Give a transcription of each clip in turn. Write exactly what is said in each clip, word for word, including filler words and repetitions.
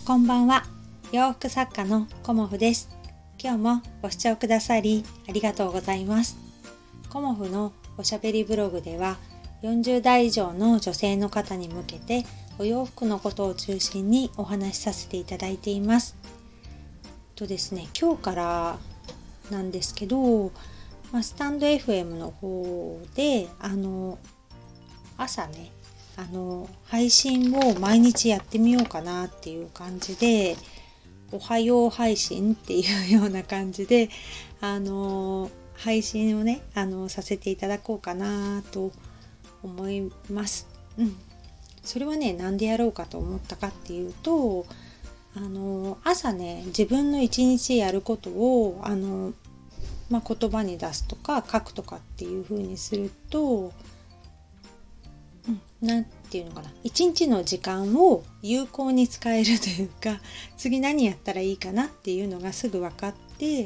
こんばんは。洋服作家のコモフです。今日もご視聴くださりありがとうございます。コモフのおしゃべりブログではよんじゅうだい以上の女性の方に向けてお洋服のことを中心にお話しさせていただいています。とですね、今日からなんですけど、まあ、スタンド エフエム の方であの朝ねあの配信を毎日やってみようかなっていう感じで、おはよう配信っていうような感じであの配信をねあのさせていただこうかなと思います。うん、それはねなんでやろうかと思ったかっていうと、あの朝ね自分の一日やることをあの、まあ、言葉に出すとか書くとかっていう風にすると、うん、なんていうのかな、一日の時間を有効に使えるというか、次何やったらいいかなっていうのがすぐ分かって、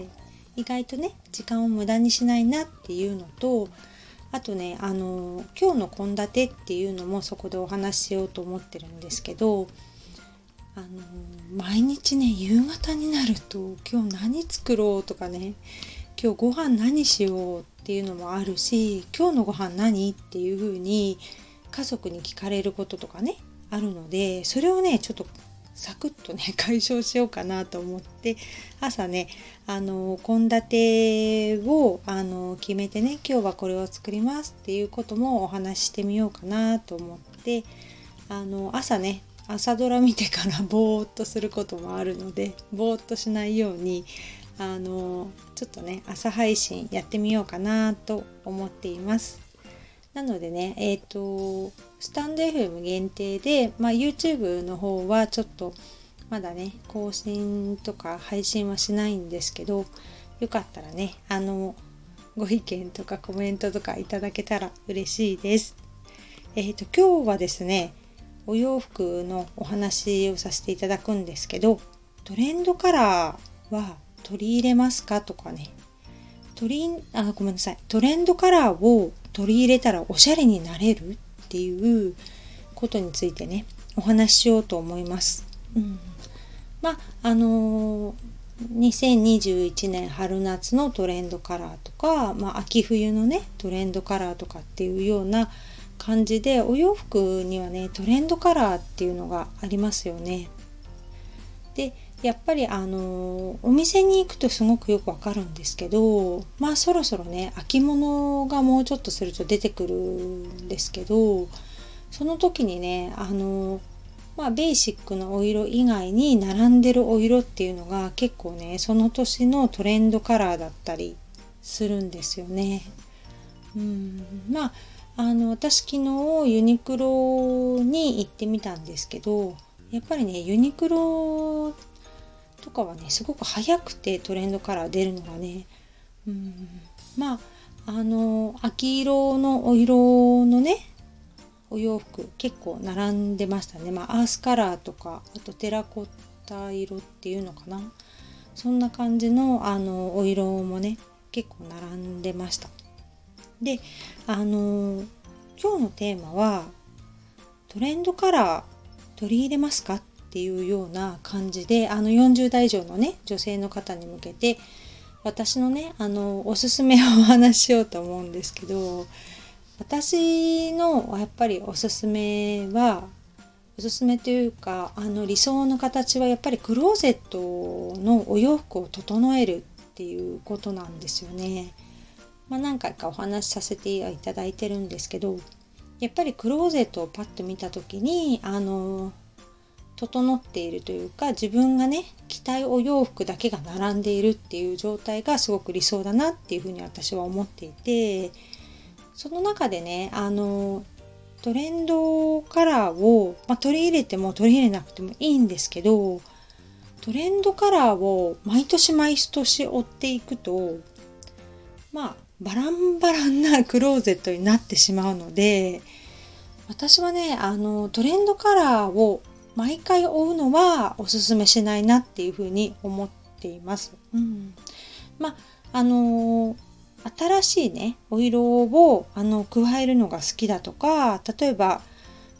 意外とね時間を無駄にしないなっていうのと、あとねあの今日の献立っていうのもそこでお話ししようと思ってるんですけど、あの毎日ね夕方になると今日何作ろうとかね、今日ご飯何しようっていうのもあるし、今日のご飯何っていう風に家族に聞かれることとかねあるので、それをねちょっとサクッとね解消しようかなと思って、朝ねあの献立をあの決めてね、今日はこれを作りますっていうこともお話ししてみようかなと思って、あの朝ね朝ドラ見てからぼーっとすることもあるので、ぼーっとしないようにあのちょっとね朝配信やってみようかなと思っています。なのでね、えっと、スタンド エフエム 限定で、まあ、YouTube の方はちょっとまだね、更新とか配信はしないんですけど、よかったらね、あの、ご意見とかコメントとかいただけたら嬉しいです。えっと、今日はですね、お洋服のお話をさせていただくんですけど、トレンドカラーは取り入れますかとかね、取りあごめんなさいトレンドカラーを取り入れたらおしゃれになれるっていうことについてねお話ししようと思います。うん、まああのー、にせんにじゅういちねん春夏のトレンドカラーとか、まあ、秋冬のねトレンドカラーとかっていうような感じで、お洋服にはねトレンドカラーっていうのがありますよね。でやっぱりあのお店に行くとすごくよくわかるんですけど、まあそろそろね秋物がもうちょっとすると出てくるんですけど、その時にねあのまあベーシックなお色以外に並んでるお色っていうのが結構ねその年のトレンドカラーだったりするんですよね。うん、まああの私昨日ユニクロに行ってみたんですけど、やっぱりねユニクロとかはねすごく早くてトレンドカラー出るのがね、うん、まああの秋色のお色のねお洋服結構並んでましたね。まあアースカラーとか、あとテラコッタ色っていうのかな、そんな感じのあのお色もね結構並んでました。であの今日のテーマはトレンドカラー取り入れますかっていうような感じで、あのよんじゅうだい以上のね女性の方に向けて私のねあのおすすめをお話ししようと思うんですけど、私のやっぱりおすすめはおすすめというか、あの理想の形はやっぱりクローゼットのお洋服を整えるっていうことなんですよね。まあ、何回かお話しさせていただいてるんですけど、やっぱりクローゼットをパッと見た時にあの整っているというか、自分がね着たいお洋服だけが並んでいるっていう状態がすごく理想だなっていうふうに私は思っていて、その中でねあのトレンドカラーを、まあ、取り入れても取り入れなくてもいいんですけど、トレンドカラーを毎年毎年追っていくとまあバランバランなクローゼットになってしまうので、私はねあのトレンドカラーを毎回追うのはおすすめしないなっていうふうに思っています。うん、まああの新しいねお色をあの加えるのが好きだとか、例えば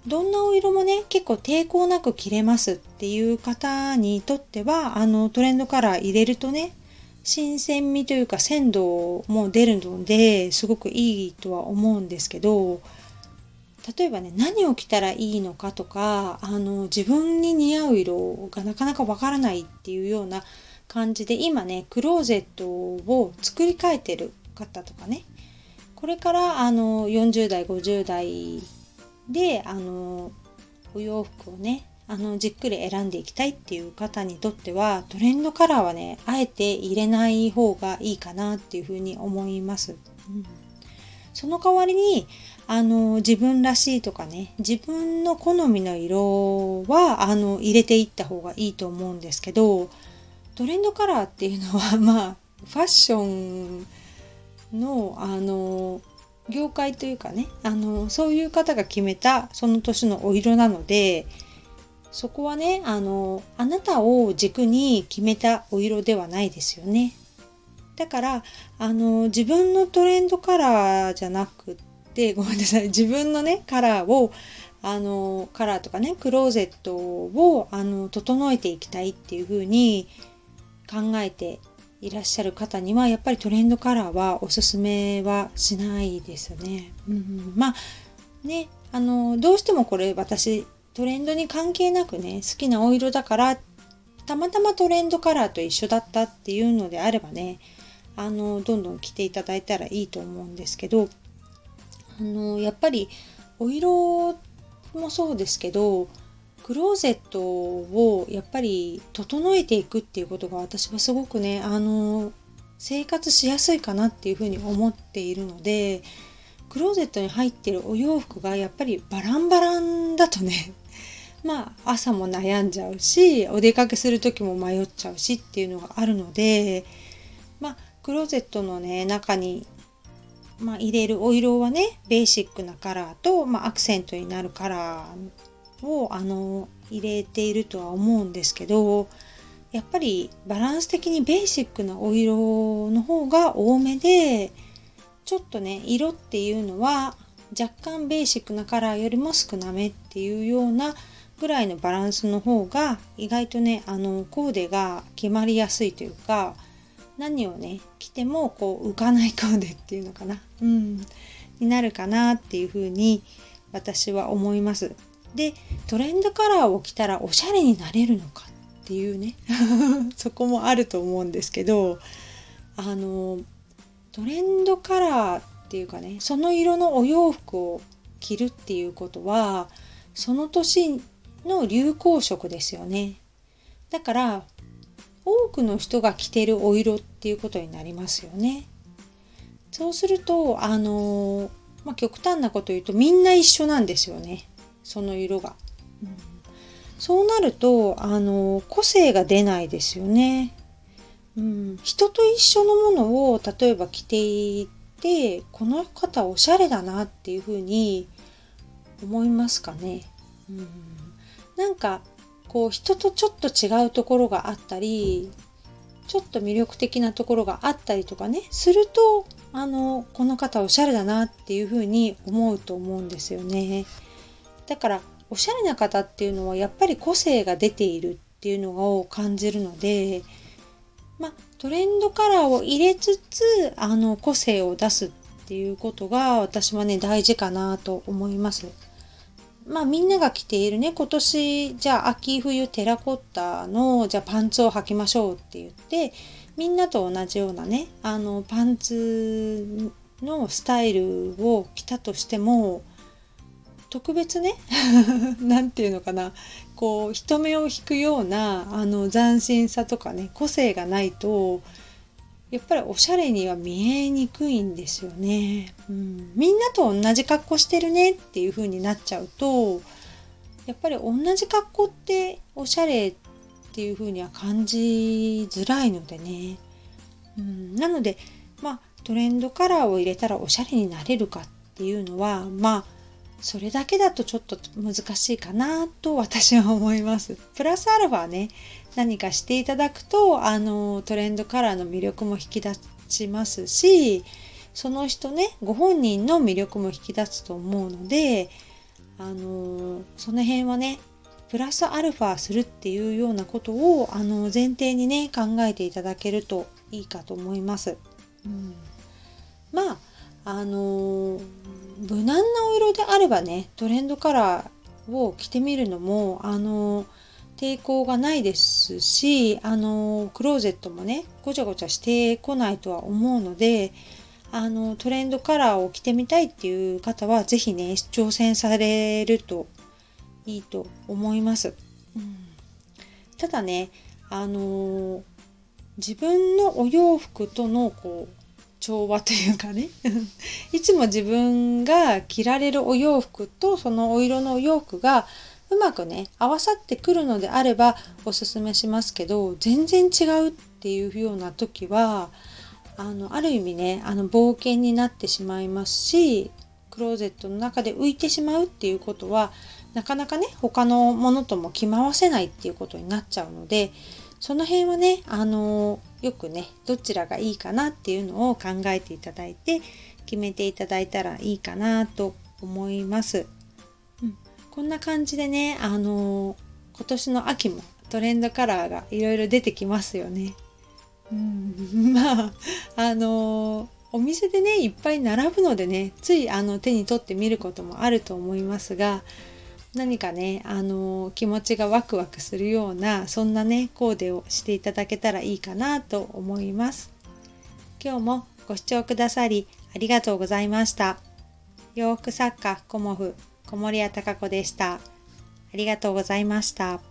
どんなお色もね結構抵抗なく着れますっていう方にとってはあのトレンドカラー入れるとね新鮮味というか鮮度も出るのですごくいいとは思うんですけど、例えばね何を着たらいいのかとかあの自分に似合う色がなかなかわからないっていうような感じで今ねクローゼットを作り変えてる方とかね、これからあのよんじゅう代ごじゅう代であのお洋服をねあのじっくり選んでいきたいっていう方にとってはトレンドカラーはねあえて入れない方がいいかなっていうふうに思います、うん、その代わりにあの自分らしいとかね自分の好みの色はあの入れていった方がいいと思うんですけど、トレンドカラーっていうのはまあファッションのあの業界というかねあのそういう方が決めたその年のお色なので、そこはねあのあなたを軸に決めたお色ではないですよね。だからあの自分のトレンドカラーじゃなくってごめんなさい自分のねカラーをあのカラーとかねクローゼットをあの整えていきたいっていう風に考えていらっしゃる方にはやっぱりトレンドカラーはおすすめはしないですね。うん、まあねあのどうしてもこれ私トレンドに関係なくね好きなお色だからたまたまトレンドカラーと一緒だったっていうのであればねあのどんどん着ていただいたらいいと思うんですけど、あのやっぱりお色もそうですけどクローゼットをやっぱり整えていくっていうことが私はすごくねあの生活しやすいかなっていうふうに思っているので、クローゼットに入ってるお洋服がやっぱりバランバランだとねまあ朝も悩んじゃうしお出かけする時も迷っちゃうしっていうのがあるので、まあクローゼットのね中に、まあ、入れるお色はねベーシックなカラーと、まあ、アクセントになるカラーをあの入れているとは思うんですけど、やっぱりバランス的にベーシックなお色の方が多めで、ちょっとね色っていうのは若干ベーシックなカラーよりも少なめっていうようなぐらいのバランスの方が意外とねあのコーデが決まりやすいというか、何をね着てもこう浮かないコーデっていうのかな、うん、になるかなっていうふうに私は思います。でトレンドカラーを着たらおしゃれになれるのかっていうねそこもあると思うんですけど、あのトレンドカラーっていうかねその色のお洋服を着るっていうことはその年の流行色ですよね。だから多くの人が着てるお色っていうことになりますよね。そうするとあの、まあ、極端なこと言うとみんな一緒なんですよねその色が、うん、そうなるとあの個性が出ないですよね、うん、人と一緒のものを例えば着ていてこの方おしゃれだなっていうふうに思いますかね、うん、なんかこう人とちょっと違うところがあったりちょっと魅力的なところがあったりとかねするとあのこの方おしゃれだなっていうふうに思うと思うんですよね。だからおしゃれな方っていうのはやっぱり個性が出ているっていうのを感じるので、まあ、トレンドカラーを入れつつあの個性を出すっていうことが私はね大事かなと思います。まあみんなが着ているね今年じゃあ秋冬テラコッタのじゃあパンツを履きましょうって言ってみんなと同じようなねあのパンツのスタイルを着たとしても特別ねなんていうのかなこう人目を引くようなあの斬新さとかね個性がないとやっぱりおしゃれには見えにくいんですよね、うん、みんなと同じ格好してるねっていう風になっちゃうとやっぱり同じ格好っておしゃれっていう風には感じづらいのでね、うん、なのでまあトレンドカラーを入れたらおしゃれになれるかっていうのはまあそれだけだとちょっと難しいかなと私は思います。プラスアルファね何かしていただくとあのトレンドカラーの魅力も引き出しますしその人ねご本人の魅力も引き出すと思うのであのその辺はねプラスアルファするっていうようなことをあの前提にね考えていただけるといいかと思います。うん、まああの無難なお色であればねトレンドカラーを着てみるのもあの抵抗がないですし、あのクローゼットもねごちゃごちゃしてこないとは思うので、あのトレンドカラーを着てみたいっていう方は是非ね挑戦されるといいと思います。うん、ただね、あの自分のお洋服とのこう調和というかねいつも自分が着られるお洋服とそのお色のお洋服がうまくね合わさってくるのであればおすすめしますけど、全然違うっていうような時はあのある意味ねあの冒険になってしまいますし、クローゼットの中で浮いてしまうっていうことはなかなかね他のものとも着回せないっていうことになっちゃうので、その辺はねあのよくねどちらがいいかなっていうのを考えていただいて決めていただいたらいいかなと思います。うん、こんな感じでねあの今年の秋もトレンドカラーがいろいろ出てきますよね。うん、まああのお店でねいっぱい並ぶのでねついあの手に取ってみることもあると思いますが、何かねあの気持ちがワクワクするようなそんなねコーデをしていただけたらいいかなと思います。今日もご視聴くださりありがとうございました。洋服作家コモフ小森屋隆子でした。ありがとうございました。